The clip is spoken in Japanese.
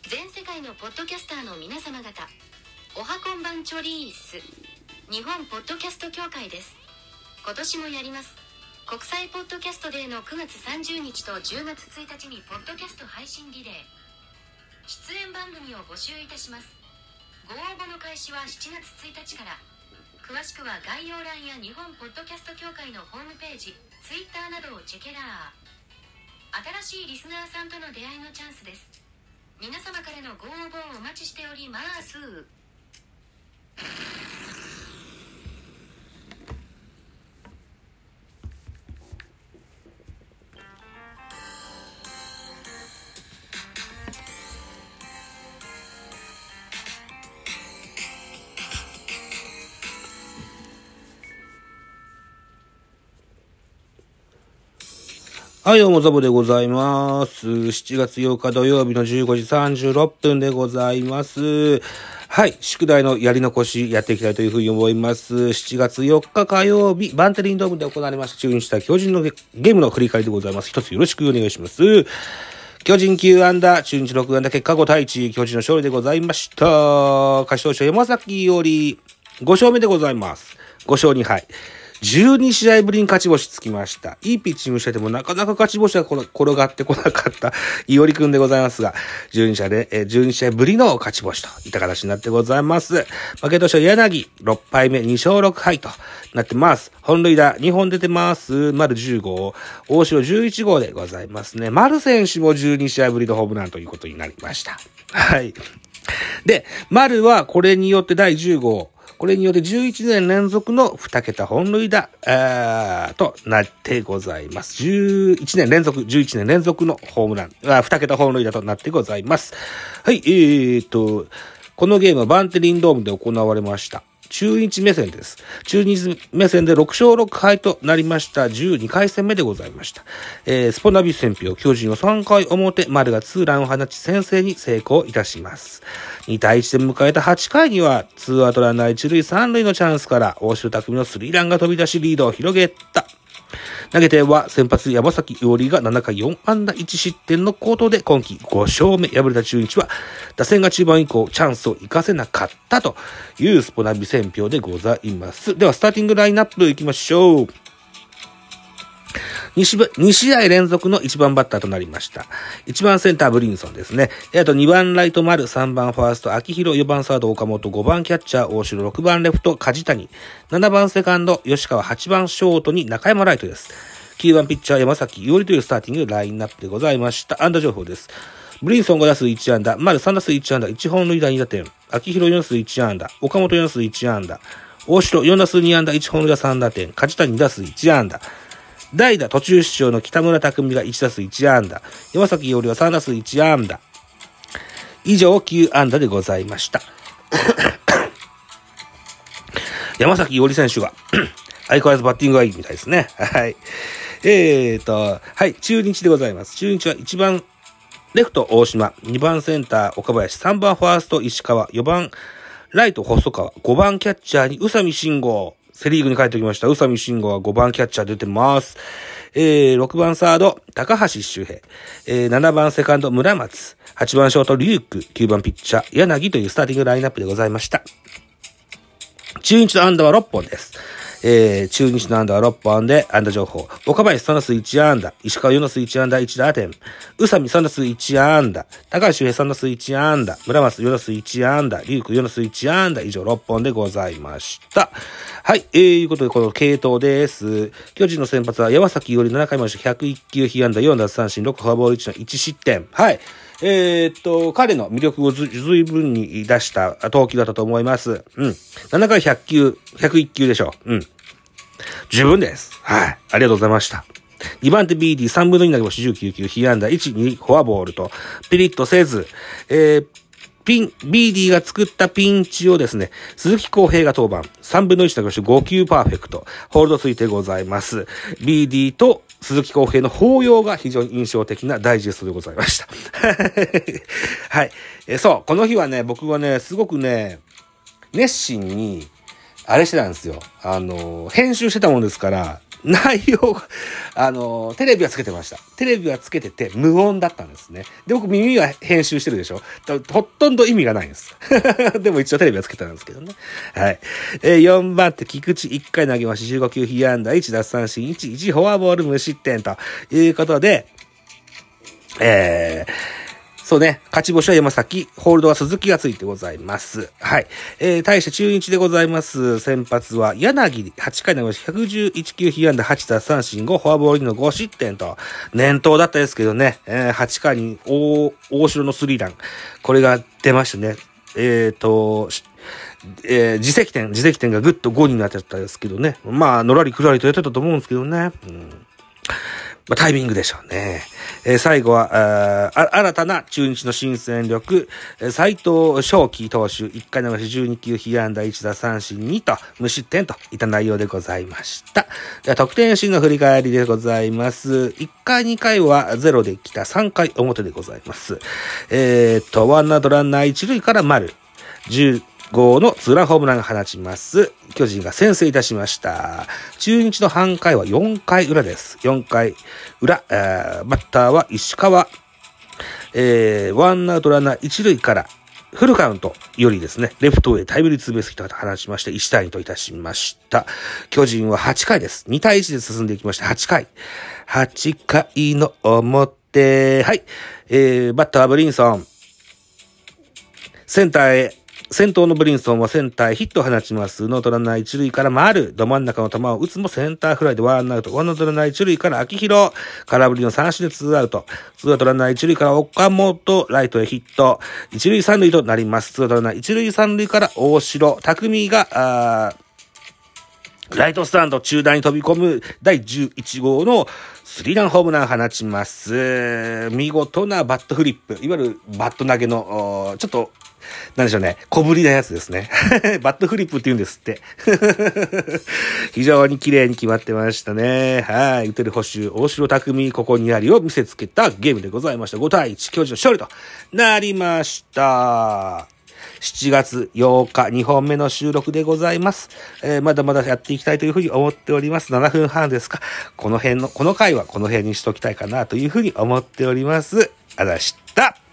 全世界のポッドキャスターの皆様方、おはこんばんちょりーす。日本ポッドキャスト協会です。今年もやります。国際ポッドキャストデーの9月30日と10月1日にポッドキャスト配信リレー、出演番組を募集いたします。ご応募の開始は7月1日から。詳しくは概要欄や日本ポッドキャスト協会のホームページ、ツイッターなどをチェケラー。新しいリスナーさんとの出会いのチャンスです。皆様からのご応募をお待ちしております。 はい、どうもザボでございます。7月8日土曜日の15時36分でございます。はい、宿題のやり残しやっていきたいというふうに思います。7月4日火曜日、バンテリンドームで行われました中日対巨人のゲームの振り返りでございます。一つよろしくお願いします。巨人9安打、中日6安打、結果5対1、巨人の勝利でございました。勝ち投手山崎伊織、5勝目でございます。5勝2敗。12試合ぶりに勝ち星つきました。いいピッチングしててもなかなか勝ち星が転がってこなかった伊織くんでございますが、12試合ぶりの勝ち星といった形になってございます。負け投手は柳、6敗目、2勝6敗となってます。本塁打2本出てます。丸10号、大城11号でございますね。丸選手も12試合ぶりのホームランということになりました。はい。で、丸はこれによって第10号、これによって11年連続の2桁本塁打となってございます。11年連続のホームラン、2桁本塁打となってございます。はい、このゲームはバンテリンドームで行われました。中日目線です。中日目線で6勝6敗となりました12回戦目でございました。スポナビ戦表、巨人は3回表、丸がツーランを放ち先制に成功いたします。2対1で迎えた8回には、ツーアウトランナー1塁3塁のチャンスから、大城拓実のスリーランが飛び出しリードを広げた。投げては先発山崎伊織が7回4安打1失点の好投で今季5勝目。敗れた中日は打線が中盤以降チャンスを生かせなかったというスポナビ選評でございます。ではスターティングラインナップいきましょう。2試合連続の1番バッターとなりました。1番センターブリンソンですね。あと2番ライト丸、3番ファースト秋広、4番サード岡本、5番キャッチャー大城、6番レフト梶谷、7番セカンド吉川、8番ショートに中山ライトです。9番ピッチャー山崎伊織というスターティングラインナップでございました。安打情報です。ブリンソン5打数1安打、丸3打数1安打、1本塁打2打点、秋広4打数1安打、岡本4打数1安打、大城4打数2安打、1本塁打3打点、梶谷2打数1安打、代打途中出場の北村匠海が1打数1安打、山崎伊織は3打数1安打。以上9安打でございました。山崎伊織選手は相変わらずバッティングがいいみたいですね。はい。はい、中日でございます。中日は1番レフト大島、2番センター岡林、3番ファースト石川、4番ライト細川、5番キャッチャーに宇佐美慎吾。セリーグに帰ってきました。宇佐美慎吾は5番キャッチャー出てます。6番サード、高橋周平。7番セカンド、村松。8番ショート、リューク。9番ピッチャー、柳というスターティングラインナップでございました。中日の安打は6本です。中日の安打は6本で、安打情報。岡林3打数1安打。石川4打数1安打1打点。宇佐美3打数1安打。高橋周平3打数1安打。村松4打数1安打。リューク4打数1安打。以上6本でございました。はい、いうことで、この系統です。巨人の先発は山崎伊織7回まで101球、被安打4奪三振、6フォアボール1の1失点。はい。彼の魅力を随分に出した投球だったと思います。うん。7回100球、101球でしょう。うん。十分です。はい。ありがとうございました。2番手 BD、3分の2投げ星19球、被安打1、2フォアボールと、ピリッとせず、BD が作ったピンチをですね、鈴木康平が登板。3分の1投げ星5球パーフェクト。ホールドついてございます。BD と鈴木康平の抱擁が非常に印象的なダイジェストでございました。はい。そう、この日はね、僕はね、すごくね、熱心に、あれしてたんですよ。編集してたもんですから、 内容が、テレビはつけてました。テレビはつけてて無音だったんですね。で、僕耳は編集してるでしょ。ほとんど意味がないんです。でも一応テレビはつけたんですけどね。はい。4番手、菊池1回投げまし、15球被安打、1奪三振、1フォアボール無失点ということで、そうね、勝ち星は山崎、ホールドは鈴木がついてございます。はい。対して中日でございます。先発は柳、8回投げまし、111球被安打、8奪三振、5フォアボールの5失点と、念頭だったですけどね、8回に大城のスリーラン、これが出ましたね。自責点がぐっと5になっちゃったんですけどね。まあ、のらりくらりとやってたと思うんですけどね。まあ、タイミングでしょうね。最後は、新たな中日の新戦力、斉藤翔輝投手、1回投げし12球被安打1打三振2と、無失点といった内容でございました。では、得点シーンの振り返りでございます。1回2回は0で来た3回表でございます。ワンアウトランナー1塁から丸、10号のツーランホームランが放ちます。巨人が先制いたしました。中日の半回は4回裏です。4回裏、バッターは石川、ワンアウトランナー1塁からフルカウントよりですね、レフトへタイムリーツーベースヒットを放ちまして1対2といたしました。巨人は8回です。2対1で進んでいきました。8回の表、はい、バッターはブリンソン、センターへ、先頭のブリンソンはセンターへヒットを放ちます。ノートランナー1塁から丸、ど真ん中の球を打つもセンターフライでワンアウト。ワンアウトランナー1塁から秋広、空振りの三振でツーアウト。ツーアウトランナー1塁から岡本、ライトへヒット。1塁3塁となります。ツーアウトランナー1塁3塁から大城、匠が、ライトスタンド中段に飛び込む第11号のスリーランホームラン放ちます。見事なバットフリップ。いわゆるバット投げの、ちょっと、なんでしょうね。小ぶりなやつですね。バットフリップって言うんですって。非常に綺麗に決まってましたね。はい。打てる捕手、大城匠、ここにありを見せつけたゲームでございました。5対1、巨人の勝利となりました。7月8日2本目の収録でございます。まだまだやっていきたいというふうに思っております。7分半ですか。この回はこの辺にしときたいかなというふうに思っております。あざした。